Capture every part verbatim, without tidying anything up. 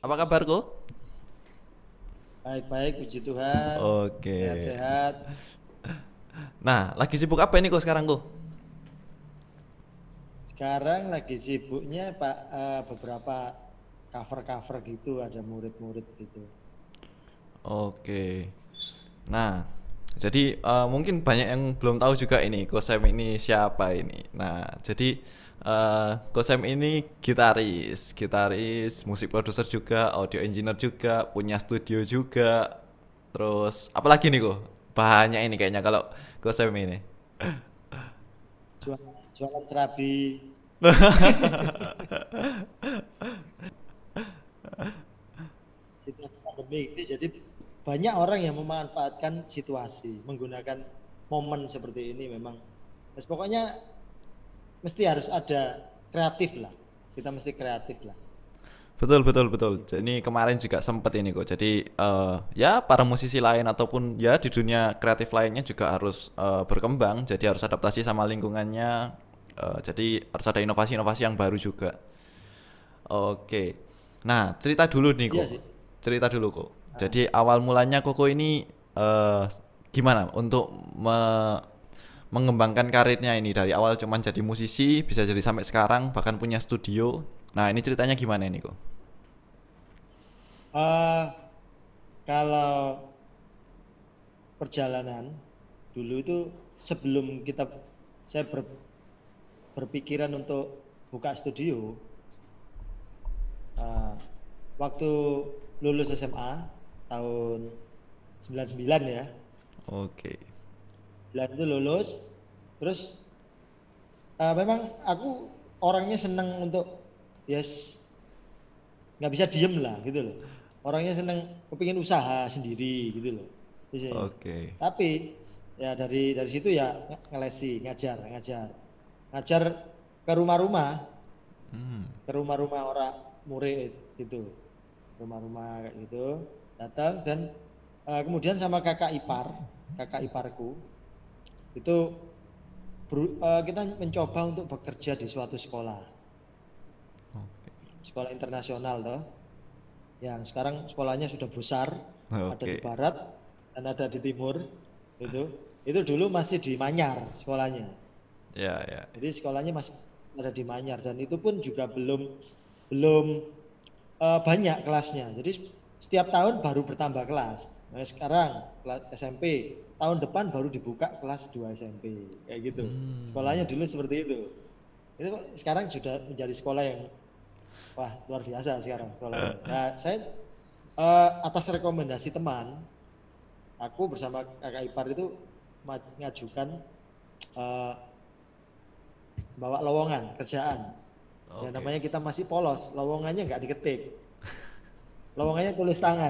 Apa kabarku? Baik-baik, puji Tuhan. Oke. Sehat-sehat. Nah, lagi sibuk apa ini kok sekarang kok? Sekarang lagi sibuknya Pak eh, beberapa cover-cover gitu, ada murid-murid gitu. Oke. Nah, jadi eh, mungkin banyak yang belum tahu juga ini Kosem ini siapa ini. Nah, jadi eh Kosem ini gitaris, gitaris, musik produser juga, audio engineer juga, punya studio juga. Terus apalagi nih kok? Banyak ini kayaknya kalau Kosem ini. Jualan, jualan serabi, situasi pandemi ini. Jadi banyak orang yang memanfaatkan situasi, menggunakan momen seperti ini memang. Terus pokoknya mesti harus ada kreatif lah. Kita mesti kreatif lah. Betul betul betul. Jadi kemarin juga sempat ini kok. Jadi eh, ya para musisi lain ataupun ya di dunia kreatif lainnya juga harus eh, berkembang. Jadi harus adaptasi sama lingkungannya. Eh, jadi harus ada inovasi-inovasi yang baru juga. Oke. Nah cerita dulu nih Iya kok. sih. Cerita dulu kok. Nah, Jadi awal mulanya Koko ini eh, gimana untuk me- mengembangkan karirnya ini dari awal cuman jadi musisi bisa jadi sampai sekarang bahkan punya studio. Nah ini ceritanya gimana ini kok? eh, kalau perjalanan dulu itu sebelum kita saya ber, berpikiran untuk buka studio uh, waktu lulus S M A tahun sembilan puluh sembilan ya. Oke. sembilan itu lulus terus uh, memang aku orangnya seneng untuk yes nggak bisa diem lah gitu loh. Orangnya seneng kepingin usaha sendiri gitu loh. Jadi, Oke. tapi ya dari dari situ ya ngelesi, ngajar, ngajar. Ngajar ke rumah-rumah, Hmm. ke rumah-rumah orang murid gitu. Rumah-rumah kayak gitu. Datang dan uh, kemudian sama kakak ipar, kakak iparku itu beru- uh, kita mencoba untuk bekerja di suatu sekolah, Oke. sekolah internasional toh. Yang sekarang sekolahnya sudah besar, ada di Oke. barat dan ada di timur itu. Itu dulu masih di Manyar sekolahnya. Ya, ya. Jadi sekolahnya masih ada di Manyar dan itu pun juga belum belum uh, banyak kelasnya. Jadi setiap tahun baru bertambah kelas. Nah, sekarang kelas S M P, tahun depan baru dibuka kelas dua S M P. Kayak gitu. Sekolahnya Hmm. dulu seperti itu. Itu sekarang sudah menjadi sekolah yang wah luar biasa sekarang sekolahnya. Nah, saya uh, atas rekomendasi teman, aku bersama kakak ipar itu mengajukan uh, bawa lowongan kerjaan. Ya Oke. namanya kita masih polos, lowongannya nggak diketik, lowongannya tulis tangan,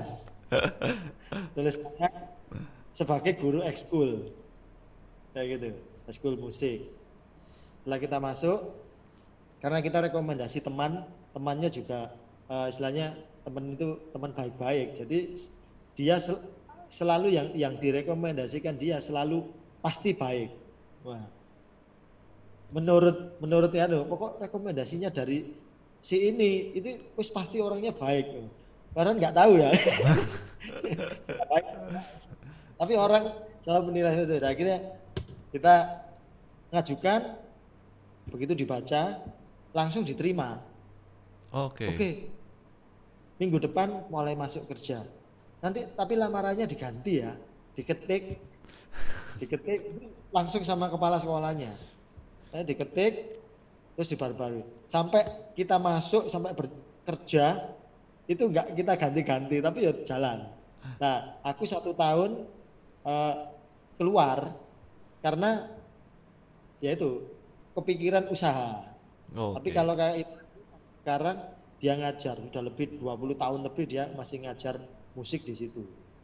tulis tangan sebagai guru ekskul, kayak gitu, ekskul musik. Setelah kita masuk, karena kita rekomendasi teman, temannya juga uh, istilahnya teman itu teman baik-baik, jadi dia sel selalu yang yang direkomendasikan dia selalu pasti baik. Wah, menurut menurut ya pokok rekomendasinya dari si ini itu wis pasti orangnya baik, padahal nggak tahu ya. Tapi orang selalu menilai itu. Nah, akhirnya kita ngajukan, begitu dibaca langsung diterima. Oke. Oke, minggu depan mulai masuk kerja. Nanti tapi lamarannya diganti ya, diketik, diketik langsung sama kepala sekolahnya. Saya diketik terus dibarbarui. Sampai kita masuk sampai bekerja itu enggak kita ganti-ganti tapi ya jalan. Nah, aku satu tahun uh, keluar karena ya itu kepikiran usaha. Tapi Oke. kalau kayak itu sekarang dia ngajar sudah lebih dua puluh tahun lebih dia masih ngajar musik di situ.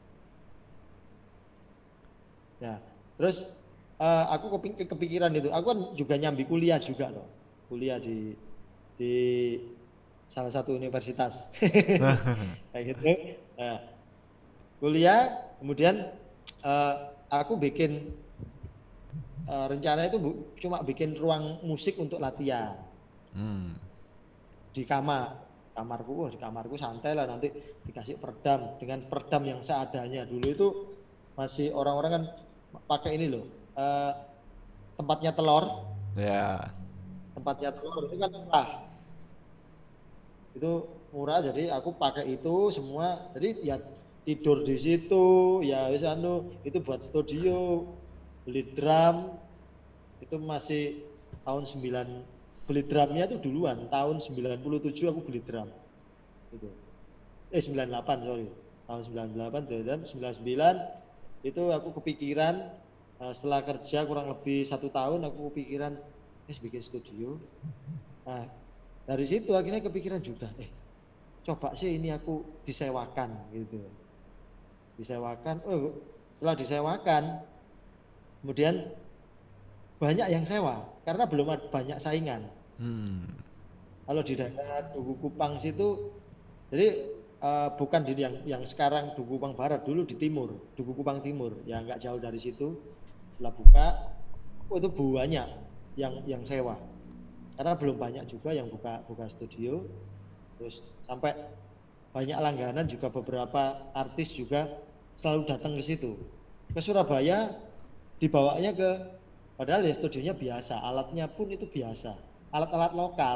Ya, terus uh, aku kepikiran itu. Aku kan juga nyambi kuliah juga loh. Kuliah di di salah satu universitas. Kayak gitu. Nah, kuliah kemudian uh, aku bikin uh, rencana itu bu, cuma bikin ruang musik untuk latihan Hmm. di kamar. kamarku, wah di kamarku santai lah, nanti dikasih peredam dengan peredam yang seadanya. Dulu itu masih orang-orang kan pakai ini loh, uh, tempatnya telur, Ya. tempatnya telur itu kan murah, itu murah, jadi aku pakai itu semua, jadi ya tidur di situ, ya wis anu itu buat studio, beli drum itu masih tahun sembilan, beli drumnya tuh duluan tahun sembilan puluh tujuh aku beli drum itu, eh sembilan puluh delapan sorry, tahun sembilan puluh delapan dan sembilan puluh sembilan itu aku kepikiran, setelah kerja kurang lebih satu tahun aku kepikiran eh bikin studio. Nah dari situ akhirnya kepikiran juga, eh coba sih ini aku disewakan gitu, disewakan, oh setelah disewakan kemudian banyak yang sewa karena belum ada banyak saingan. Hmm. Kalau di daerah Duku Kupang situ, jadi uh, bukan di yang yang sekarang Duku Kupang Barat, dulu di timur, Duku Kupang Timur, ya nggak jauh dari situ. Setelah buka, oh itu banyak yang yang sewa. Karena belum banyak juga yang buka buka studio. Terus sampai banyak langganan juga, beberapa artis juga selalu datang ke situ. Ke Surabaya dibawanya ke, padahal ya studionya biasa, alatnya pun itu biasa, alat-alat lokal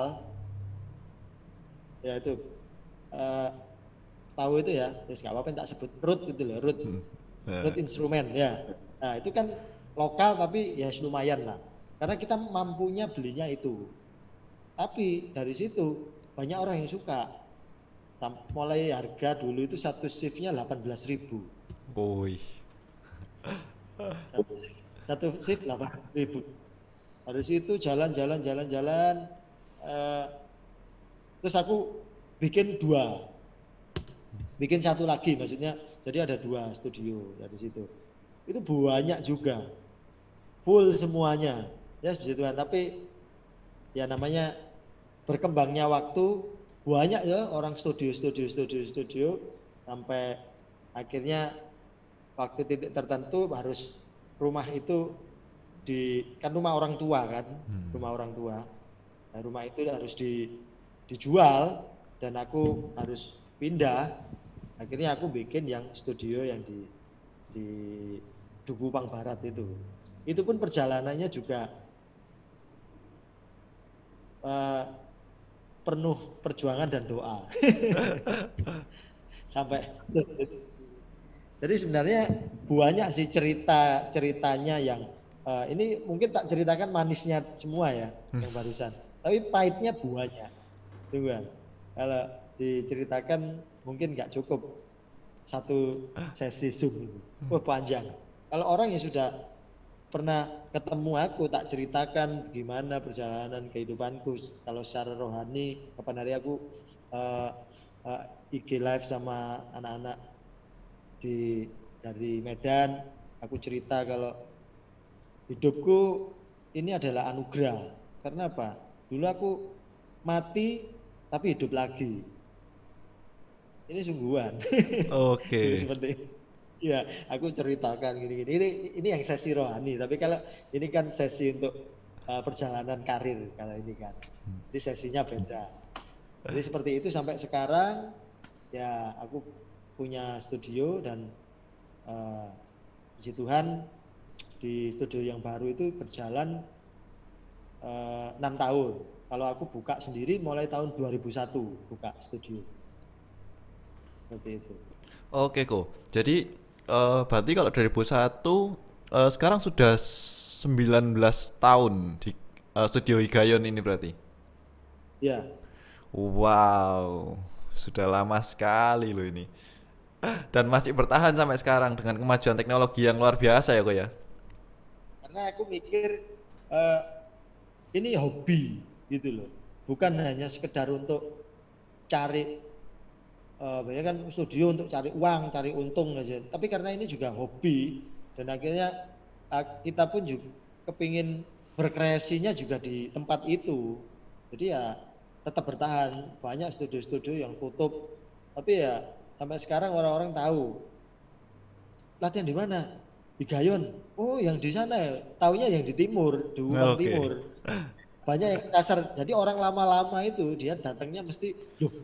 ya itu uh, tahu itu ya, ya nggak apa-apa tak sebut root gitu loh, root, Hmm. Ya. root instrumen ya. Nah itu kan lokal tapi ya lumayan lah, karena kita mampunya belinya itu. Tapi dari situ banyak orang yang suka, mulai harga dulu itu satu shiftnya delapan belas ribu. Woi. Satu, satu shift delapan belas ribu. Dari situ jalan-jalan jalan-jalan, eh, terus aku bikin dua, bikin satu lagi maksudnya, jadi ada dua studio dari situ. Itu banyak juga, full semuanya ya begitu kan. Tapi ya namanya berkembangnya waktu, banyak ya orang studio studio studio studio sampai akhirnya waktu titik tertentu harus rumah itu di, kan rumah orang tua kan, hmm. rumah orang tua, nah, rumah itu harus di, dijual dan aku harus pindah. Akhirnya aku bikin yang studio yang di di Duku Kupang Barat itu. Itu pun perjalanannya juga uh, penuh perjuangan dan doa. Sampai jadi sebenarnya banyak sih cerita ceritanya yang uh, ini mungkin tak ceritakan manisnya semua ya yang barusan, tapi pahitnya banyak tuh kan. Kalau diceritakan mungkin nggak cukup satu sesi Zoom, wah panjang. Kalau orang yang sudah pernah ketemu aku tak ceritakan gimana perjalanan kehidupanku kalau secara rohani. Kapan hari aku uh, uh, I G live sama anak-anak di dari Medan, aku cerita kalau hidupku ini adalah anugerah. Karena apa? Dulu aku mati tapi hidup lagi. Ini sungguhan. Oke. Okay. Seperti ya, aku ceritakan gini-gini. Ini ini yang sesi rohani, tapi kalau ini kan sesi untuk uh, perjalanan karir kalau ini kan. Jadi sesinya beda. Jadi seperti itu sampai sekarang ya aku punya studio dan uh, puji Tuhan di studio yang baru itu berjalan uh, enam tahun. Kalau aku buka sendiri mulai tahun dua ribu satu buka studio. Seperti itu. Oke kok. Jadi uh, berarti kalau dua ribu satu uh, sekarang sudah sembilan belas tahun di uh, studio Higayon ini berarti. Ya. Wow, sudah lama sekali loh ini. Dan masih bertahan sampai sekarang dengan kemajuan teknologi yang luar biasa ya kok ya. Karena aku mikir uh, ini hobi gitu loh, bukan hanya sekedar untuk cari. Uh, banyak kan studio untuk cari uang, cari untung aja. Tapi karena ini juga hobi dan akhirnya uh, kita pun juga kepingin berkreasinya juga di tempat itu. Jadi ya tetap bertahan. Banyak studio-studio yang tutup, tapi ya sampai sekarang orang-orang tahu latihan di mana, di Gayon. Oh yang di sana ya, taunya yang di timur, di Kupang okay. Timur. Banyak yang sasar. Jadi orang lama-lama itu dia datangnya mesti loh.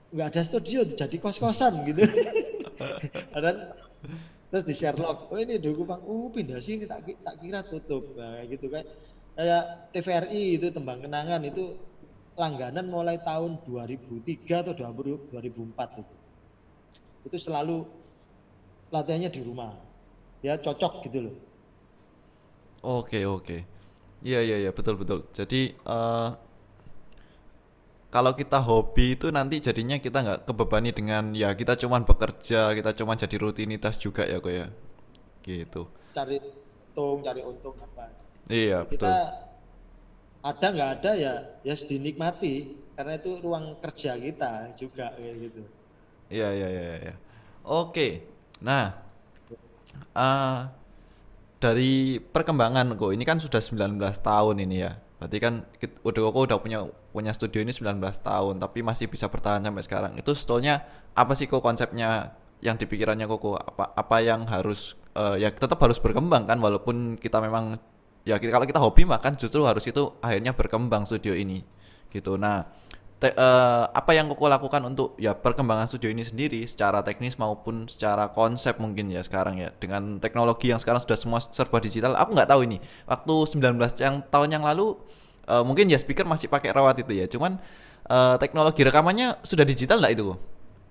nggak ada studio jadi kos-kosan gitu. Dan terus di Sherlock, oh ini dulu bang, oh pindah sini tak tak kira tutup, nah, gitu kan. Kayak T V R I itu Tembang Kenangan itu langganan mulai tahun dua ribu tiga atau dua ribu empat itu. Itu selalu latihannya di rumah. Ya cocok gitu loh. Oke, oke. Iya, iya, iya, betul, betul. Jadi eh kalau kita hobi itu nanti jadinya kita nggak kebebani dengan ya kita cuman bekerja, kita cuman jadi rutinitas juga ya kok ya. Gitu. Cari untung, cari untung apa. Iya, Ya, kita betul. ada nggak ada ya ya dinikmati karena itu ruang kerja kita juga kayak gitu. Iya, iya, iya, iya. Oke. Nah, eh dari perkembangan kok ini kan sudah sembilan belas tahun ini ya. Berarti kan kit- udah kok udah punya punya studio ini sembilan belas tahun tapi masih bisa bertahan sampai sekarang. Itu sebetulnya apa sih kok konsepnya yang dipikirannya Koko? Apa apa yang harus eh, ya tetap harus berkembang kan walaupun kita memang ya kita, kalau kita hobi makan justru harus itu akhirnya berkembang studio ini gitu. Nah, te- eh, apa yang Koko lakukan untuk ya perkembangan studio ini sendiri secara teknis maupun secara konsep mungkin ya sekarang ya dengan teknologi yang sekarang sudah semua serba digital. Aku nggak tahu ini waktu sembilan belas yang tahun yang lalu eh, mungkin ya speaker masih pakai rawat itu ya, cuman eh, teknologi rekamannya sudah digital nggak itu kok?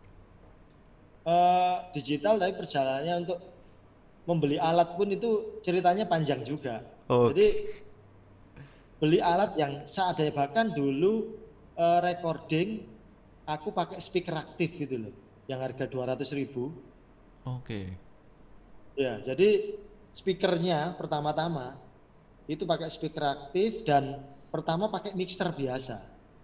Eh, digital tapi perjalanannya untuk membeli alat pun itu ceritanya panjang juga. Oke. Jadi beli alat yang seadanya bahkan dulu eh, recording aku pakai speaker aktif gitu loh yang harga dua ratus ribu Oke. ya. Jadi speakernya pertama-tama itu pakai speaker aktif dan pertama pakai mixer biasa.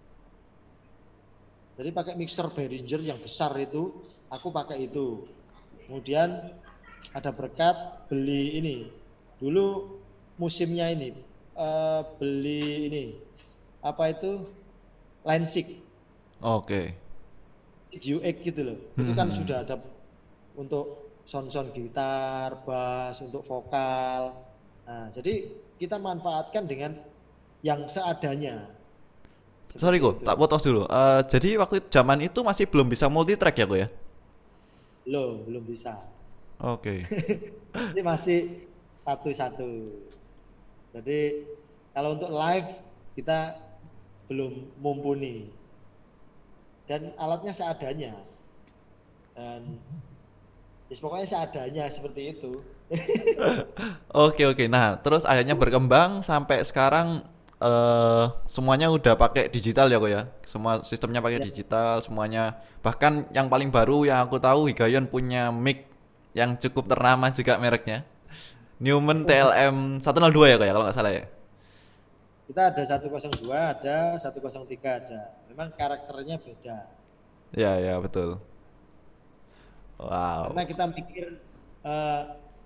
Jadi pakai mixer Behringer yang besar itu aku pakai itu. Kemudian ada berkat beli ini dulu musimnya ini eh, beli ini apa itu Lensig Oke. U X gitu loh. Itu kan Hmm. sudah ada untuk sound-sound gitar, bass, untuk vokal. Nah, jadi kita manfaatkan dengan yang seadanya. Sorry Seperti kok, itu. tak potong dulu. Eh, jadi waktu itu- zaman itu masih belum bisa multi track ya kok ya? Loh, belum bisa. Oke. Ini masih satu-satu. Jadi kalau untuk live kita belum mumpuni dan alatnya seadanya. Dan ya, pokoknya seadanya seperti itu. Oke, oke. Nah, terus akhirnya berkembang sampai sekarang eh semuanya udah pakai digital ya kok ya. Semua sistemnya pakai Ya, digital, semuanya. Bahkan yang paling baru yang aku tahu Higayon punya mic yang cukup ternama juga mereknya. Newman T L M seratus dua ya kok ya kalau nggak salah ya. kita ada seratus dua, ada seratus tiga ada. Memang karakternya beda. Ya, ya, betul. Karena Wow. kita mikir eh,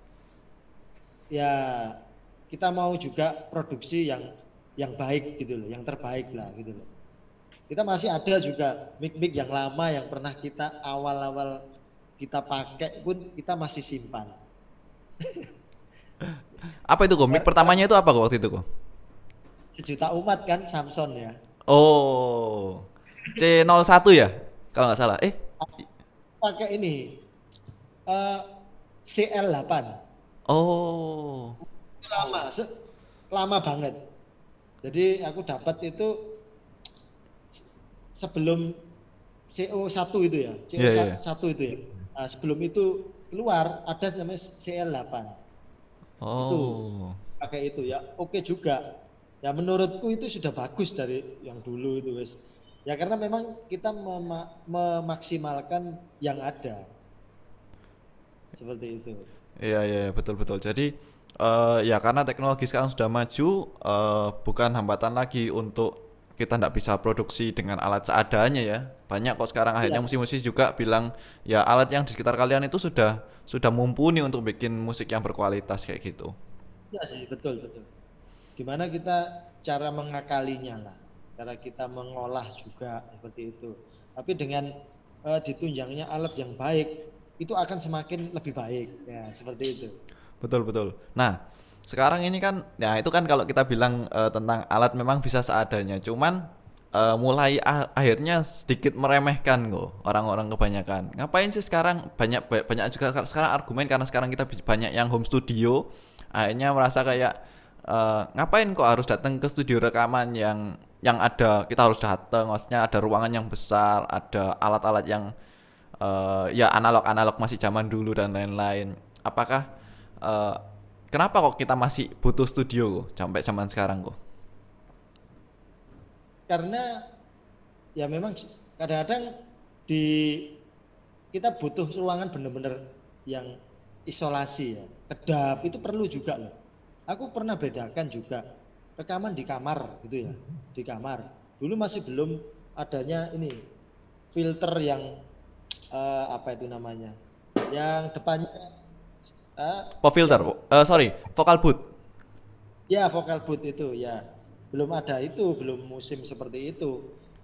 ya kita mau juga produksi yang yang baik gitu loh, yang terbaik lah gitu loh. Kita masih ada juga mic-mic yang lama yang pernah kita awal-awal kita pakai pun kita masih simpan. Apa itu kok? Mic Kar- pertamanya itu apa kok waktu itu kok? Sejuta umat kan Samson ya. Oh. C nol satu ya? Kalau nggak salah. Eh, Pakai ini eh, C L delapan. oh. Lama, se- lama banget. Jadi aku dapat itu sebelum C O satu itu ya, Iya, C O iya, iya. satu itu ya. Nah, sebelum itu keluar ada namanya C L delapan. Itu Oh. pakai itu ya. Oke juga. Ya menurutku itu sudah bagus dari yang dulu itu wes. Ya karena memang kita mema- memaksimalkan yang ada seperti itu. Iya, iya, iya, betul, betul. Jadi eh ya karena teknologi sekarang sudah maju, eh bukan hambatan lagi untuk kita nggak bisa produksi dengan alat seadanya ya. Banyak kok sekarang akhirnya Iya, musisi-musisi juga bilang ya alat yang di sekitar kalian itu sudah sudah mumpuni untuk bikin musik yang berkualitas kayak gitu. iya sih betul betul. Gimana kita cara mengakalinya lah, cara kita mengolah juga seperti itu. Tapi dengan eh, ditunjangnya alat yang baik, itu akan semakin lebih baik. Ya, seperti itu. Betul, betul. Nah, sekarang ini kan ya itu kan kalau kita bilang eh, tentang alat memang bisa seadanya. Cuman uh, mulai ah- akhirnya sedikit meremehkan kok orang-orang kebanyakan. Ngapain sih sekarang banyak banyak juga sekarang argumen karena sekarang kita banyak yang home studio, akhirnya merasa kayak uh, ngapain kok harus datang ke studio rekaman yang yang ada kita harus datang, maksudnya ada ruangan yang besar, ada alat-alat yang uh, ya analog-analog masih zaman dulu dan lain-lain. Apakah uh, kenapa kok kita masih butuh studio kok sampai zaman sekarang kok? Karena ya memang kadang-kadang di kita butuh ruangan benar-benar yang isolasi ya. Kedap itu perlu juga loh. Aku pernah bedakan juga rekaman di kamar gitu ya, di kamar. Dulu masih belum adanya ini filter yang eh, apa itu namanya, yang depannya eh, Pop filter, yang uh, sorry, vocal booth. ya vocal booth itu ya belum ada itu, belum musim seperti itu.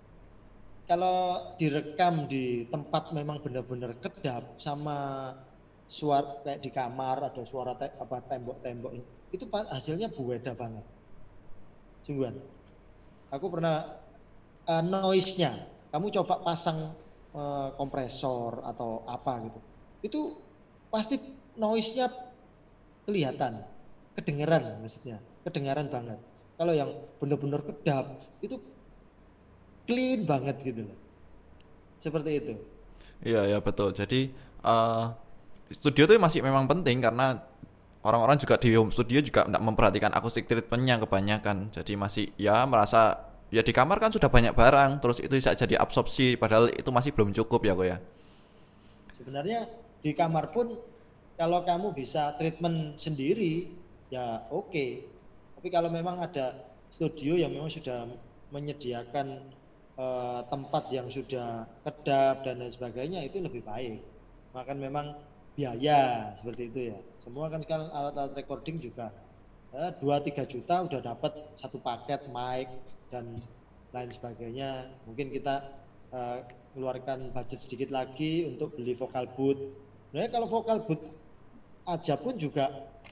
Kalau direkam di tempat memang benar-benar kedap sama suara kayak di kamar ada suara te, apa tembok-tembok itu hasilnya bueda banget. Sungguhan. Aku pernah uh, noise-nya. Kamu coba pasang uh, kompresor atau apa gitu. Itu pasti noise-nya kelihatan, kedengaran maksudnya, kedengaran banget. Kalau yang benar-benar kedap itu clean banget gitu loh. Seperti itu. Iya ya betul. Jadi uh, studio itu masih memang penting karena orang-orang juga di home studio juga tidak memperhatikan akustik treatmentnya kebanyakan. Jadi masih ya merasa ya di kamar kan sudah banyak barang, terus itu bisa jadi absorpsi padahal itu masih belum cukup ya kok ya. Sebenarnya di kamar pun kalau kamu bisa treatment sendiri ya oke. Okay. Tapi kalau memang ada studio yang memang sudah menyediakan uh, tempat yang sudah kedap dan lain sebagainya itu lebih baik. Maka memang biaya seperti itu ya. Semua kan kan alat-alat recording juga dua tiga juta udah dapat satu paket mic dan lain sebagainya. Mungkin kita uh, keluarkan budget sedikit lagi untuk beli vocal booth. Nah, kalau vocal booth aja pun juga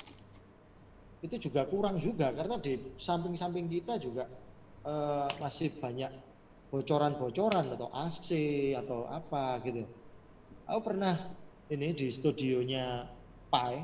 itu juga kurang juga karena di samping-samping kita juga uh, masih banyak bocoran-bocoran atau A C atau apa gitu. Aku pernah ini di studionya Pai,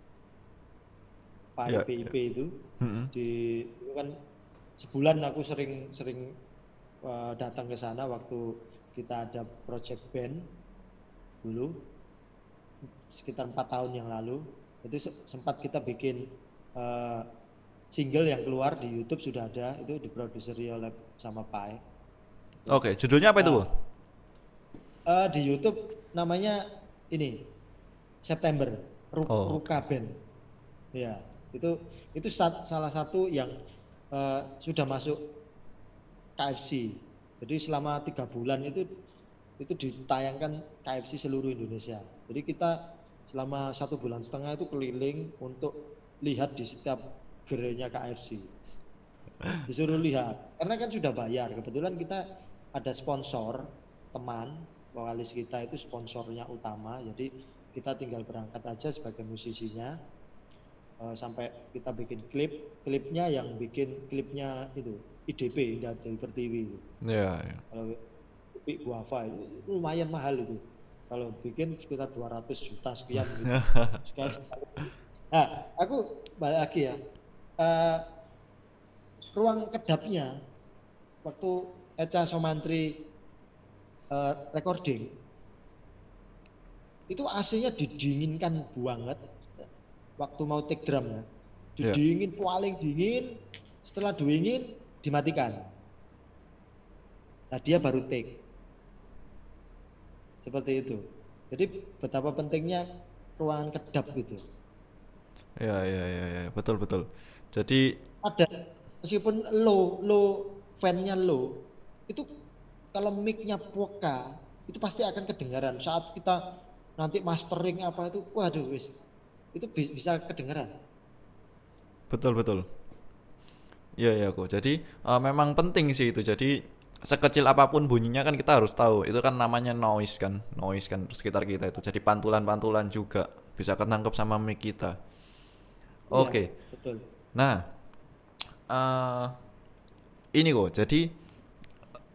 Pai Ya, B I P ya. itu, Mm-mm. di itu kan sebulan aku sering-sering uh, datang ke sana waktu kita ada project band dulu sekitar empat tahun yang lalu. Itu sempat kita bikin uh, single yang keluar di YouTube sudah ada, itu diproduseri oleh sama Pai. Oke, judulnya apa itu, Bu? Uh, uh, di YouTube namanya ini September Oh, Ruka oke. Band. Ya, itu itu salah satu yang uh, sudah masuk K F C. Jadi selama tiga bulan itu itu ditayangkan K F C seluruh Indonesia. Jadi kita selama satu bulan setengah itu keliling untuk lihat di setiap gerainya K F C. Disuruh lihat, karena kan sudah bayar. Kebetulan kita ada sponsor, teman, vokalis kita itu sponsornya utama. Jadi kita tinggal berangkat aja sebagai musisinya. Uh, sampai kita bikin klip, klipnya yang bikin klipnya itu I D P, Indah Dewi Pertiwi itu. Ya, ya. Kalau Pi Guava itu lumayan mahal itu. Kalau bikin sekitar dua ratus juta sekian gitu. Sekali. Nah, aku balik lagi ya. Uh, ruang kedapnya waktu Echa Somantri uh, recording itu A C-nya didinginkan banget waktu mau take drum ya. Ya. Didingin paling dingin, setelah dingin dimatikan. Nah, dia baru take. Seperti itu. Jadi betapa pentingnya ruangan kedap gitu. Ya, ya, ya, ya, betul, betul. Jadi Ada meskipun low, low fan-nya low, itu kalau mic-nya poka, itu pasti akan kedengaran. Saat kita nanti mastering apa itu, waduh wis, itu bisa kedengaran. betul, betul. Iya, ya kok. Jadi uh, memang penting sih itu. Jadi sekecil apapun bunyinya kan kita harus tahu. Itu kan namanya noise kan, noise kan sekitar kita itu. Jadi pantulan-pantulan juga bisa ketangkep sama mic kita. Iya, Oke. betul. Nah, uh, ini kok. Jadi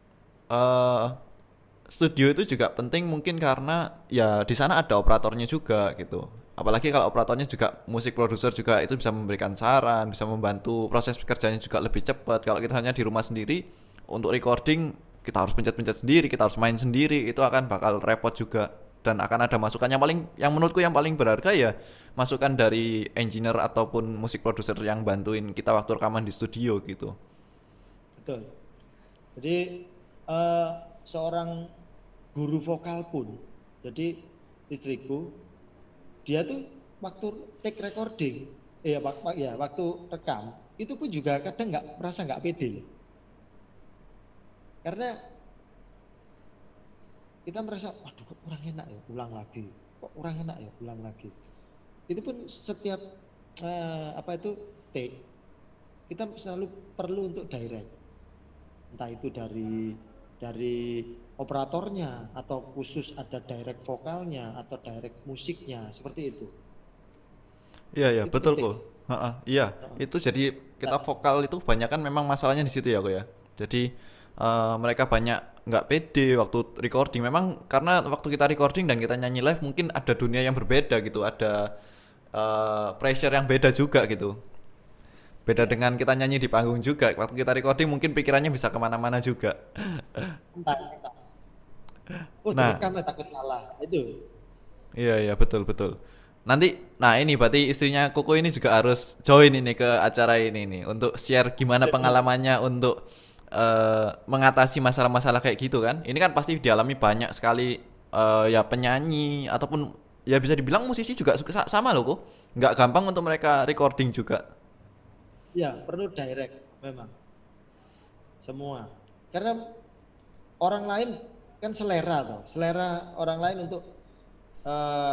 eh studio itu juga penting mungkin karena ya di sana ada operatornya juga gitu. Apalagi kalau operatornya juga musik produser juga itu bisa memberikan saran, bisa membantu proses kerjanya juga lebih cepat. Kalau kita hanya di rumah sendiri untuk recording kita harus pencet-pencet sendiri, kita harus main sendiri, itu akan bakal repot juga dan akan ada masukan yang paling yang menurutku yang paling berharga ya masukan dari engineer ataupun musik produser yang bantuin kita waktu rekaman di studio gitu. Betul. Jadi eh, seorang guru vokal pun, jadi istriku, dia tuh waktu take recording, eh, ya, wak- wak- ya waktu rekam, itu pun juga kadang nggak merasa nggak pede, karena kita merasa, waduh kok kurang enak ya, ulang lagi, kok kurang enak ya, ulang lagi. Itu pun setiap eh, apa itu take, kita selalu perlu untuk direct, entah itu dari dari operatornya atau khusus ada direct vokalnya atau direct musiknya seperti itu. Iya ya Itu betul penting. kok. Ha-ha, iya Heeh. itu jadi kita Nah, vokal itu banyak kan memang masalahnya di situ ya kok ya. Jadi eh, mereka banyak nggak pede waktu recording. Memang karena waktu kita recording dan kita nyanyi live mungkin ada dunia yang berbeda gitu. Ada eh, pressure yang beda juga gitu. Beda ya, dengan kita nyanyi di panggung juga. Waktu kita recording mungkin pikirannya bisa kemana-mana juga. entah, entah. Oh, Nah, direkam ya takut salah. Itu. iya iya betul betul. Nanti, nah ini berarti istrinya Koko ini juga harus join ini ke acara ini nih untuk share gimana pengalamannya untuk eh, mengatasi masalah-masalah kayak gitu kan. Ini kan pasti dialami banyak sekali eh, ya penyanyi ataupun ya bisa dibilang musisi juga suka sama loh kok. Nggak gampang untuk mereka recording juga. Ya, perlu direct memang semua. Karena orang lain kan selera toh. Selera orang lain untuk eh,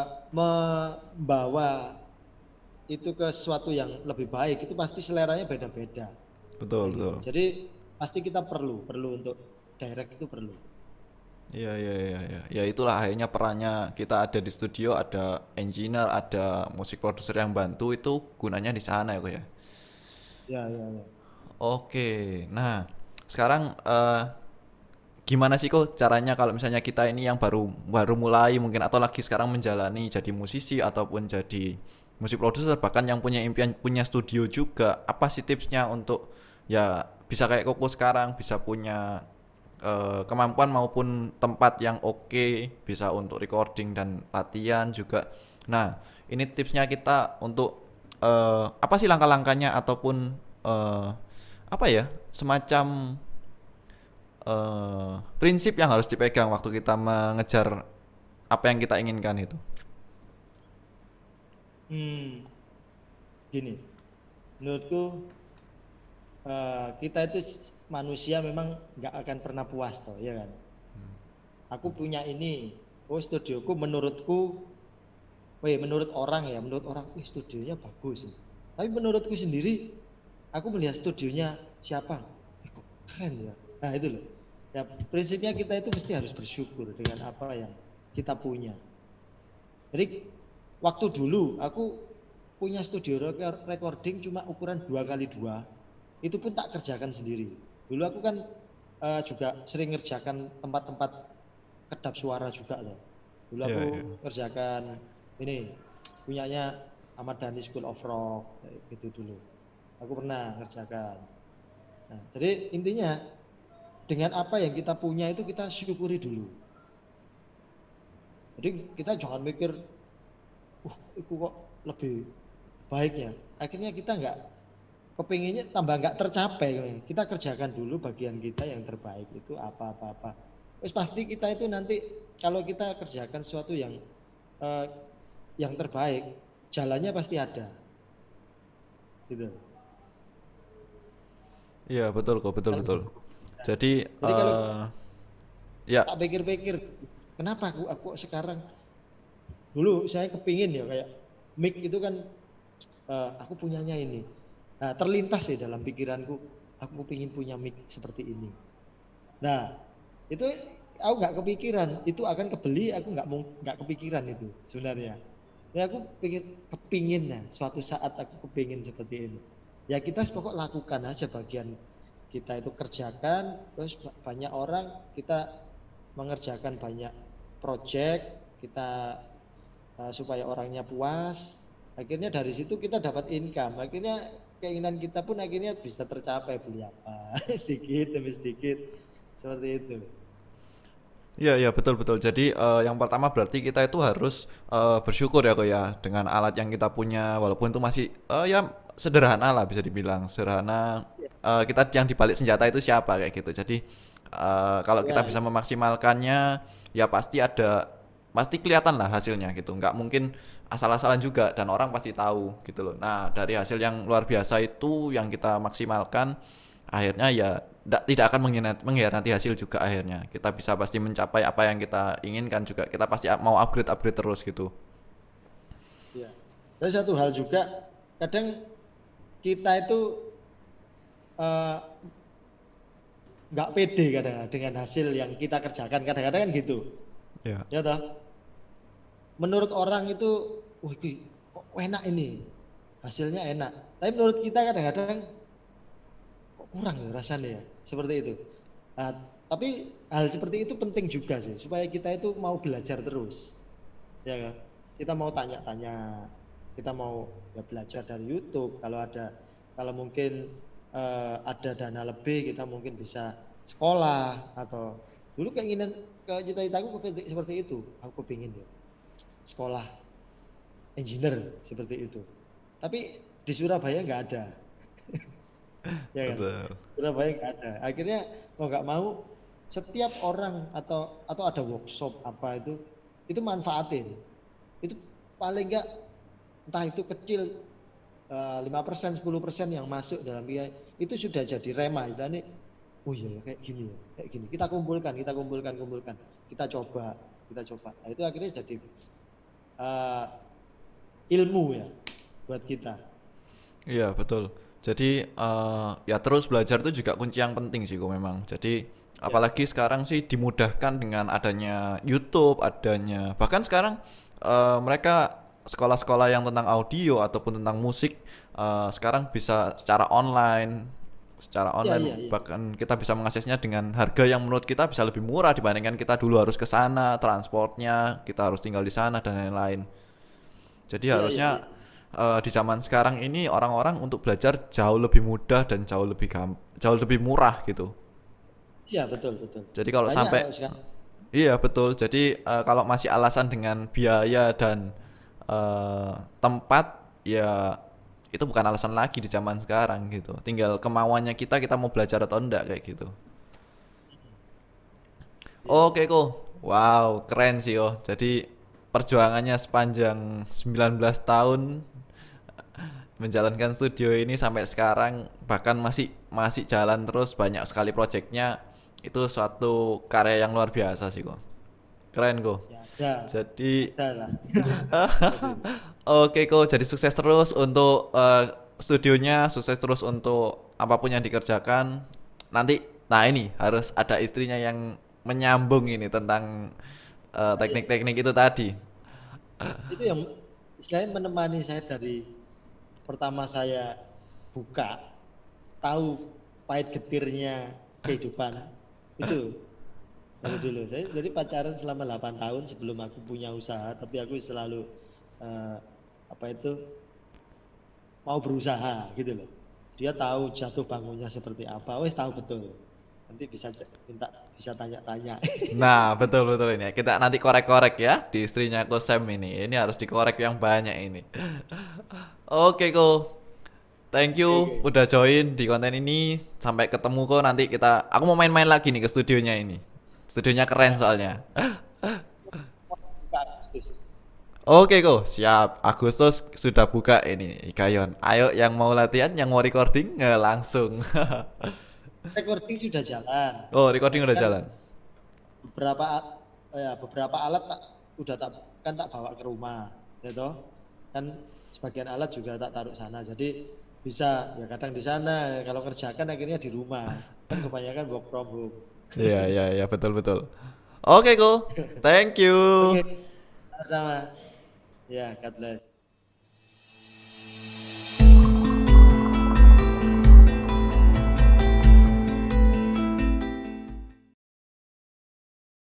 membawa itu ke sesuatu yang lebih baik itu pasti seleranya beda-beda. Kayak Betul gitu. betul. Jadi pasti kita perlu, perlu untuk direct itu perlu. Iya iya iya iya. Ya itulah akhirnya perannya kita ada di studio, ada engineer, ada musik produser yang bantu itu gunanya di sana ya kok ya. Ya, ya, ya. Oke, nah sekarang eh, gimana sih kok caranya kalau misalnya kita ini yang baru baru mulai mungkin atau lagi sekarang menjalani jadi musisi ataupun jadi musik produser bahkan yang punya impian punya studio juga, apa sih tipsnya untuk ya bisa kayak Koko sekarang bisa punya eh, kemampuan maupun tempat yang oke bisa untuk recording dan latihan juga. Nah, ini tipsnya kita untuk eh, apa sih langkah-langkahnya ataupun eh, apa ya semacam eh, prinsip yang harus dipegang waktu kita mengejar apa yang kita inginkan itu. Hmm, gini, menurutku eh, kita itu s- manusia memang nggak akan pernah puas toh, ya kan? Aku punya ini, oh studioku menurutku, weh menurut orang ya, menurut orang, wih studionya bagus. Tapi menurutku sendiri, aku melihat studionya siapa, eh, kok keren ya. Nah itu loh. Ya prinsipnya kita itu mesti harus bersyukur dengan apa yang kita punya. Jadi waktu dulu aku punya studio recording cuma ukuran dua kali dua, itu pun tak kerjakan sendiri. Dulu aku kan eh, juga sering ngerjakan tempat-tempat kedap suara juga loh. Dulu Iya, aku iya. ngerjakan ini punyanya Ahmad Dhani School of Rock kayak gitu dulu. Aku pernah ngerjakan. Nah, jadi intinya dengan apa yang kita punya itu kita syukuri dulu. Jadi kita jangan mikir, uh, itu kok lebih baik ya. Akhirnya kita nggak kepinginnya tambah nggak tercapai. Kita kerjakan dulu bagian kita yang terbaik itu apa-apa-apa. Terus pasti kita itu nanti kalau kita kerjakan sesuatu yang eh, yang terbaik, jalannya pasti ada, gitu. Iya, betul kok, betul Kalau betul. Jadi jadi kalau eh ya, tak pikir-pikir, kenapa aku aku sekarang dulu saya kepingin ya kayak mic itu kan eh, aku punyanya ini. Nah, terlintas sih dalam pikiranku, aku pengen punya mic seperti ini. Nah, itu aku nggak kepikiran, itu akan kebeli, aku nggak mau nggak kepikiran itu sebenarnya. Ya aku pikir kepingin ya, suatu saat aku kepingin seperti ini. Ya kita pokok lakukan aja bagian kita itu kerjakan, terus banyak orang kita mengerjakan banyak project, kita uh, supaya orangnya puas. Akhirnya dari situ kita dapat income. Akhirnya keinginan kita pun akhirnya bisa tercapai, beli apa sedikit demi sedikit seperti itu. Iya, iya, betul, betul. Jadi eh, yang pertama berarti kita itu harus eh, bersyukur ya kok ya dengan alat yang kita punya, walaupun itu masih eh, ya sederhana lah bisa dibilang sederhana. Eh, kita yang dibalik senjata itu siapa kayak gitu. Jadi eh, kalau kita Ya, bisa memaksimalkannya, ya pasti ada, pasti kelihatan lah hasilnya gitu. Nggak mungkin asal-asalan juga dan orang pasti tahu gitu loh. Nah dari hasil yang luar biasa itu yang kita maksimalkan, akhirnya ya ndak- tidak akan mengkhianati, mengkhianati hasil juga. Akhirnya kita bisa pasti mencapai apa yang kita inginkan juga, kita pasti mau upgrade upgrade terus gitu. ya. Dan satu hal juga, kadang kita itu eh, nggak pede kadang dengan hasil yang kita kerjakan, kadang-kadang kan gitu, Ya. ya toh. Menurut orang itu, wah ini kok enak ini, hasilnya enak. Tapi menurut kita kadang-kadang kok kurang ya rasanya ya, seperti itu. Nah, tapi hal seperti itu penting juga sih, supaya kita itu mau belajar terus, ya kan? Kita mau tanya-tanya, kita mau ya belajar dari YouTube. Kalau ada, kalau mungkin eh, ada dana lebih, kita mungkin bisa sekolah atau dulu keinginan ke cita-citaku kepe- seperti itu. Aku pengen ya sekolah engineer seperti itu. Tapi di Surabaya nggak ada, ya kan? Betul. Surabaya nggak ada. Akhirnya mau nggak mau setiap orang atau atau ada workshop apa itu itu manfaatin. Itu paling nggak entah itu kecil eh, lima persen sepuluh persen yang masuk dalam dia itu sudah jadi rema istilahnya. Oh iya ya, kayak gini ya, kayak gini. Kita kumpulkan, kita kumpulkan, kumpulkan. Kita coba, kita coba. Nah, itu akhirnya jadi eh, ilmu ya buat kita. Iya, betul. Jadi eh, ya terus belajar itu juga kunci yang penting sih kok memang. Jadi Ya, apalagi sekarang sih dimudahkan dengan adanya YouTube, adanya bahkan sekarang eh, mereka sekolah-sekolah yang tentang audio ataupun tentang musik eh, sekarang bisa secara online, secara ya, online ya, ya. bahkan kita bisa mengaksesnya dengan harga yang menurut kita bisa lebih murah dibandingkan kita dulu harus ke sana, transportnya, kita harus tinggal di sana dan lain-lain. Jadi Iya, iya, iya. harusnya eh, di zaman sekarang ini orang-orang untuk belajar jauh lebih mudah dan jauh lebih gam- jauh lebih murah gitu. Iya, betul, betul. Jadi kalau Banyak sampai kok sekarang. iya betul. Jadi eh, kalau masih alasan dengan biaya dan eh, tempat, ya itu bukan alasan lagi di zaman sekarang gitu. Tinggal kemauannya kita, kita mau belajar atau enggak kayak gitu. Iya, iya. Oke kok. Wow, keren sih oh. Jadi perjuangannya sepanjang sembilan belas tahun menjalankan studio ini sampai sekarang, bahkan masih masih jalan terus, banyak sekali proyeknya, itu suatu karya yang luar biasa sih kok. Keren kok. Ya, ada, Jadi ada lah. Seperti itu. oke kok, jadi sukses terus untuk eh, studionya, sukses terus untuk apapun yang dikerjakan. Nanti nah ini harus ada istrinya yang menyambung ini tentang eh, Nah, iya. teknik-teknik itu tadi. Itu yang istilahnya menemani saya dari pertama saya buka, tahu pahit getirnya kehidupan itu dari dulu. Saya jadi pacaran selama delapan tahun sebelum aku punya usaha, tapi aku selalu eh, apa itu mau berusaha gitu loh. Dia tahu jatuh bangunnya seperti apa, wes tahu betul. Nanti bisa c- minta bisa tanya-tanya. Nah, betul betul ini. Kita nanti korek-korek ya di istrinya Ko Sam ini. Ini harus dikorek yang banyak ini. Oke, Ko. Thank Oke, you oke. udah join di konten ini. Sampai ketemu Ko nanti kita aku mau main-main lagi nih ke studionya ini. Studionya keren Ya, soalnya. kita Agustus. Oke, Ko. Siap. Agustus sudah buka ini Gayon. Ayo yang mau latihan, yang mau recording, nggak langsung. Recording sudah jalan, Oh, recording tapi udah kan jalan. beberapa a- ya beberapa alat tak udah tak kan tak bawa ke rumah, ya toh. Kan sebagian alat juga tak taruh sana. Jadi bisa ya kadang di sana, kalau kerjakan akhirnya di rumah. Kan kebanyakan work from home. Iya, iya, iya, betul betul. Oke, Ko. Thank you. Oke, sama-sama. Ya, God bless.